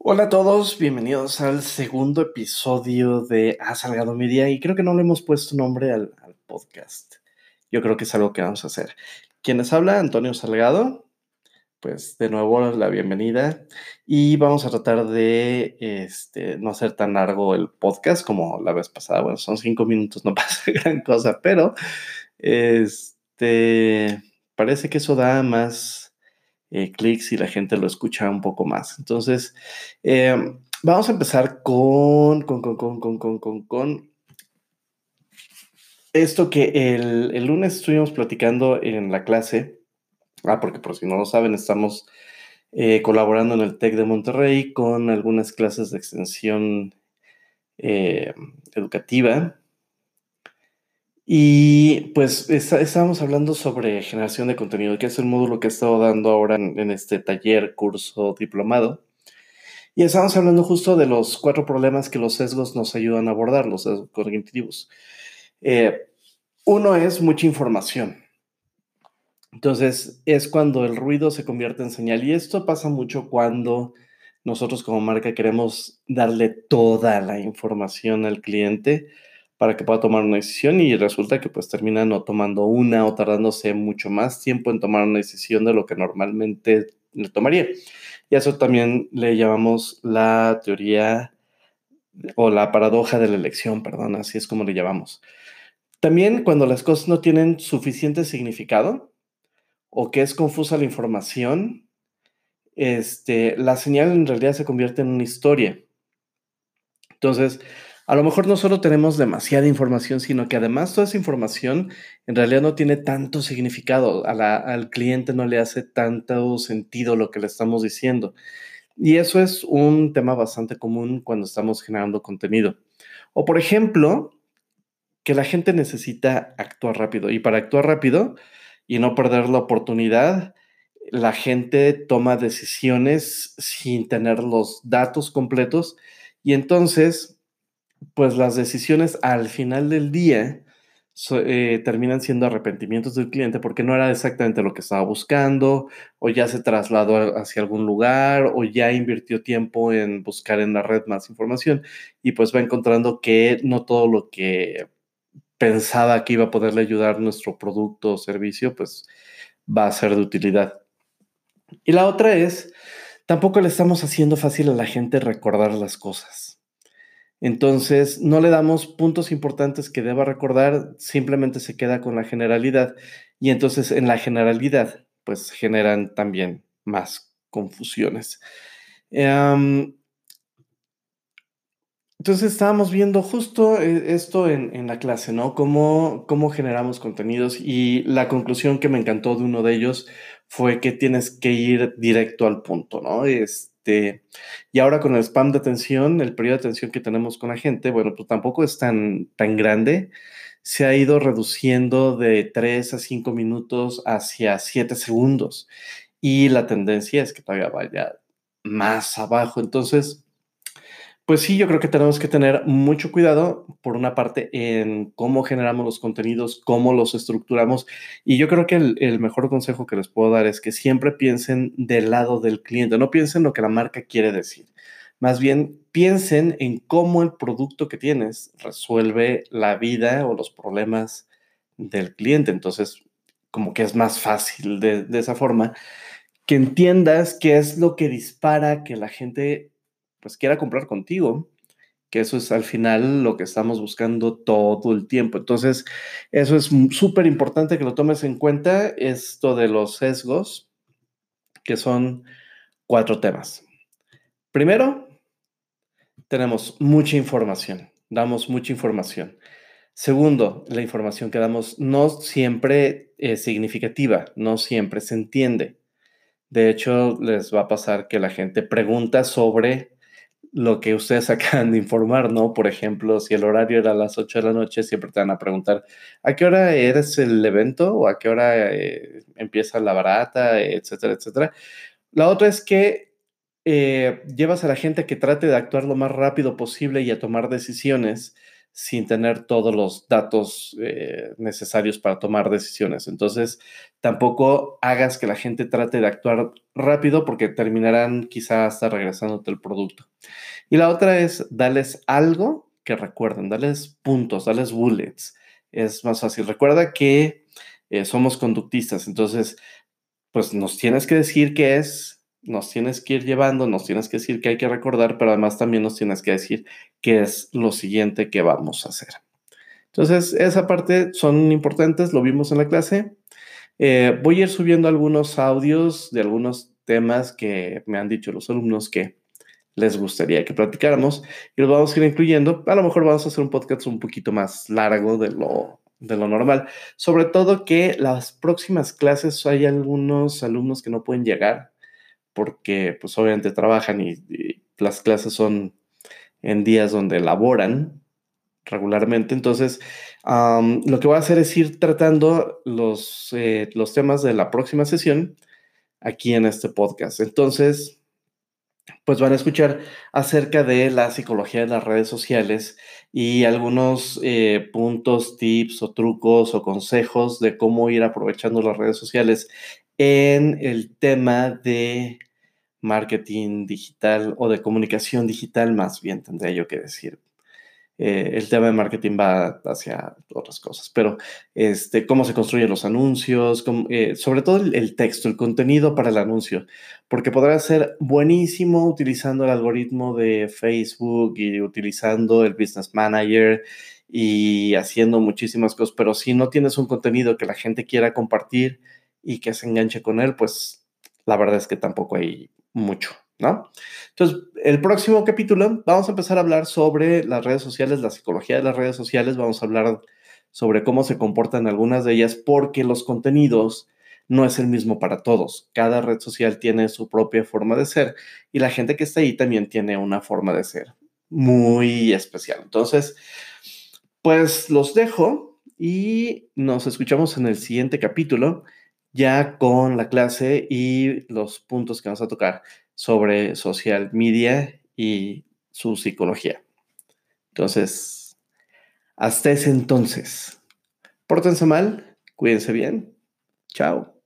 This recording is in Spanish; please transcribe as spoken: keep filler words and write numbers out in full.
Hola a todos, bienvenidos al segundo episodio de Ha Salgado Mi Día y creo que no le hemos puesto nombre al, al podcast. Yo creo que es algo que vamos a hacer. Quien les habla, Antonio Salgado, pues de nuevo la bienvenida y vamos a tratar de este, no hacer tan largo el podcast como la vez pasada. Bueno, son cinco minutos, no pasa gran cosa, pero este, parece que eso da más eh, clics y la gente lo escucha un poco más. Entonces, eh, vamos a empezar con, con, con, con, con, con, con, con esto que el, el lunes estuvimos platicando en la clase. Ah, porque por si no lo saben, estamos eh, colaborando en el TEC de Monterrey con algunas clases de extensión eh, educativa. Y pues está, estábamos hablando sobre generación de contenido, que es el módulo que he estado dando ahora en, en este taller, curso, diplomado. Y estamos hablando justo de los cuatro problemas que los sesgos nos ayudan a abordar, los sesgos cognitivos. Eh, uno es mucha información. Entonces, es cuando el ruido se convierte en señal. Y esto pasa mucho cuando nosotros como marca queremos darle toda la información al cliente para que pueda tomar una decisión y resulta que pues termina no tomando una o tardándose mucho más tiempo en tomar una decisión de lo que normalmente le tomaría. Y a eso también le llamamos la teoría o la paradoja de la elección, perdón, así es como le llamamos. También cuando las cosas no tienen suficiente significado o que es confusa la información, este, la señal en realidad se convierte en una historia. Entonces, a lo mejor no solo tenemos demasiada información, sino que además toda esa información en realidad no tiene tanto significado. A la, al cliente no le hace tanto sentido lo que le estamos diciendo. Y eso es un tema bastante común cuando estamos generando contenido. O por ejemplo, que la gente necesita actuar rápido. Y para actuar rápido y no perder la oportunidad, la gente toma decisiones sin tener los datos completos. Y entonces, pues las decisiones al final del día so- eh, terminan siendo arrepentimientos del cliente porque no era exactamente lo que estaba buscando, o ya se trasladó a- hacia algún lugar, o ya invirtió tiempo en buscar en la red más información y pues va encontrando que no todo lo que pensaba que iba a poderle ayudar nuestro producto o servicio, pues va a ser de utilidad. Y la otra es, tampoco le estamos haciendo fácil a la gente recordar las cosas. Entonces, no le damos puntos importantes que deba recordar, simplemente se queda con la generalidad. Y entonces, en la generalidad, pues generan también más confusiones. Um, entonces, estábamos viendo justo eh, esto en, en la clase, ¿no? Cómo, cómo generamos contenidos y la conclusión que me encantó de uno de ellos fue que tienes que ir directo al punto, ¿no? Este, y ahora con el spam de atención, el periodo de atención que tenemos con la gente, bueno, pues tampoco es tan, tan grande. Se ha ido reduciendo de tres a cinco minutos hacia siete segundos. Y la tendencia es que todavía vaya más abajo. Entonces, pues sí, yo creo que tenemos que tener mucho cuidado, por una parte, en cómo generamos los contenidos, cómo los estructuramos. Y yo creo que el, el mejor consejo que les puedo dar es que siempre piensen del lado del cliente, no piensen lo que la marca quiere decir. Más bien, piensen en cómo el producto que tienes resuelve la vida o los problemas del cliente. Entonces, como que es más fácil de, de esa forma que entiendas qué es lo que dispara que la gente pues quiera comprar contigo, que eso es al final lo que estamos buscando todo el tiempo. Entonces, eso es súper importante que lo tomes en cuenta, esto de los sesgos, que son cuatro temas. Primero, tenemos mucha información, damos mucha información. Segundo, la información que damos no siempre es significativa, no siempre se entiende. De hecho, les va a pasar que la gente pregunta sobre lo que ustedes acaban de informar, ¿no? Por ejemplo, si el horario era a las ocho de la noche, siempre te van a preguntar, ¿a qué hora eres el evento? ¿O a qué hora eh, empieza la barata? Etcétera, etcétera. La otra es que eh, llevas a la gente a que trate de actuar lo más rápido posible y a tomar decisiones sin tener todos los datos eh, necesarios para tomar decisiones. Entonces, tampoco hagas que la gente trate de actuar rápido porque terminarán quizá hasta regresándote el producto. Y la otra es darles algo que recuerden, darles puntos, darles bullets. Es más fácil. Recuerda que eh, somos conductistas, entonces, pues nos tienes que decir qué es, nos tienes que ir llevando, nos tienes que decir qué hay que recordar, pero además también nos tienes que decir qué es lo siguiente que vamos a hacer. Entonces, esa parte son importantes, lo vimos en la clase. Eh, voy a ir subiendo algunos audios de algunos temas que me han dicho los alumnos que les gustaría que platicáramos y los vamos a ir incluyendo. A lo mejor vamos a hacer un podcast un poquito más largo de lo, de lo normal. Sobre todo que las próximas clases hay algunos alumnos que no pueden llegar porque pues obviamente trabajan y, y las clases son en días donde laboran regularmente. Entonces, um, lo que voy a hacer es ir tratando los, eh, los temas de la próxima sesión aquí en este podcast. Entonces, pues van a escuchar acerca de la psicología de las redes sociales y algunos eh, puntos, tips o trucos o consejos de cómo ir aprovechando las redes sociales en el tema de marketing digital o de comunicación digital, más bien tendría yo que decir. Eh, el tema de marketing va hacia otras cosas, pero este, cómo se construyen los anuncios, cómo, eh, sobre todo el, el texto, el contenido para el anuncio, porque podrá ser buenísimo utilizando el algoritmo de Facebook y utilizando el Business Manager y haciendo muchísimas cosas, pero si no tienes un contenido que la gente quiera compartir y que se enganche con él, pues la verdad es que tampoco hay mucho, ¿no? Entonces, el próximo capítulo vamos a empezar a hablar sobre las redes sociales, la psicología de las redes sociales, vamos a hablar sobre cómo se comportan algunas de ellas, porque los contenidos no es el mismo para todos. Cada red social tiene su propia forma de ser y la gente que está ahí también tiene una forma de ser muy especial. Entonces, pues los dejo y nos escuchamos en el siguiente capítulo, ya con la clase y los puntos que vamos a tocar sobre social media y su psicología. Entonces, hasta ese entonces, pórtense mal, cuídense bien, chao.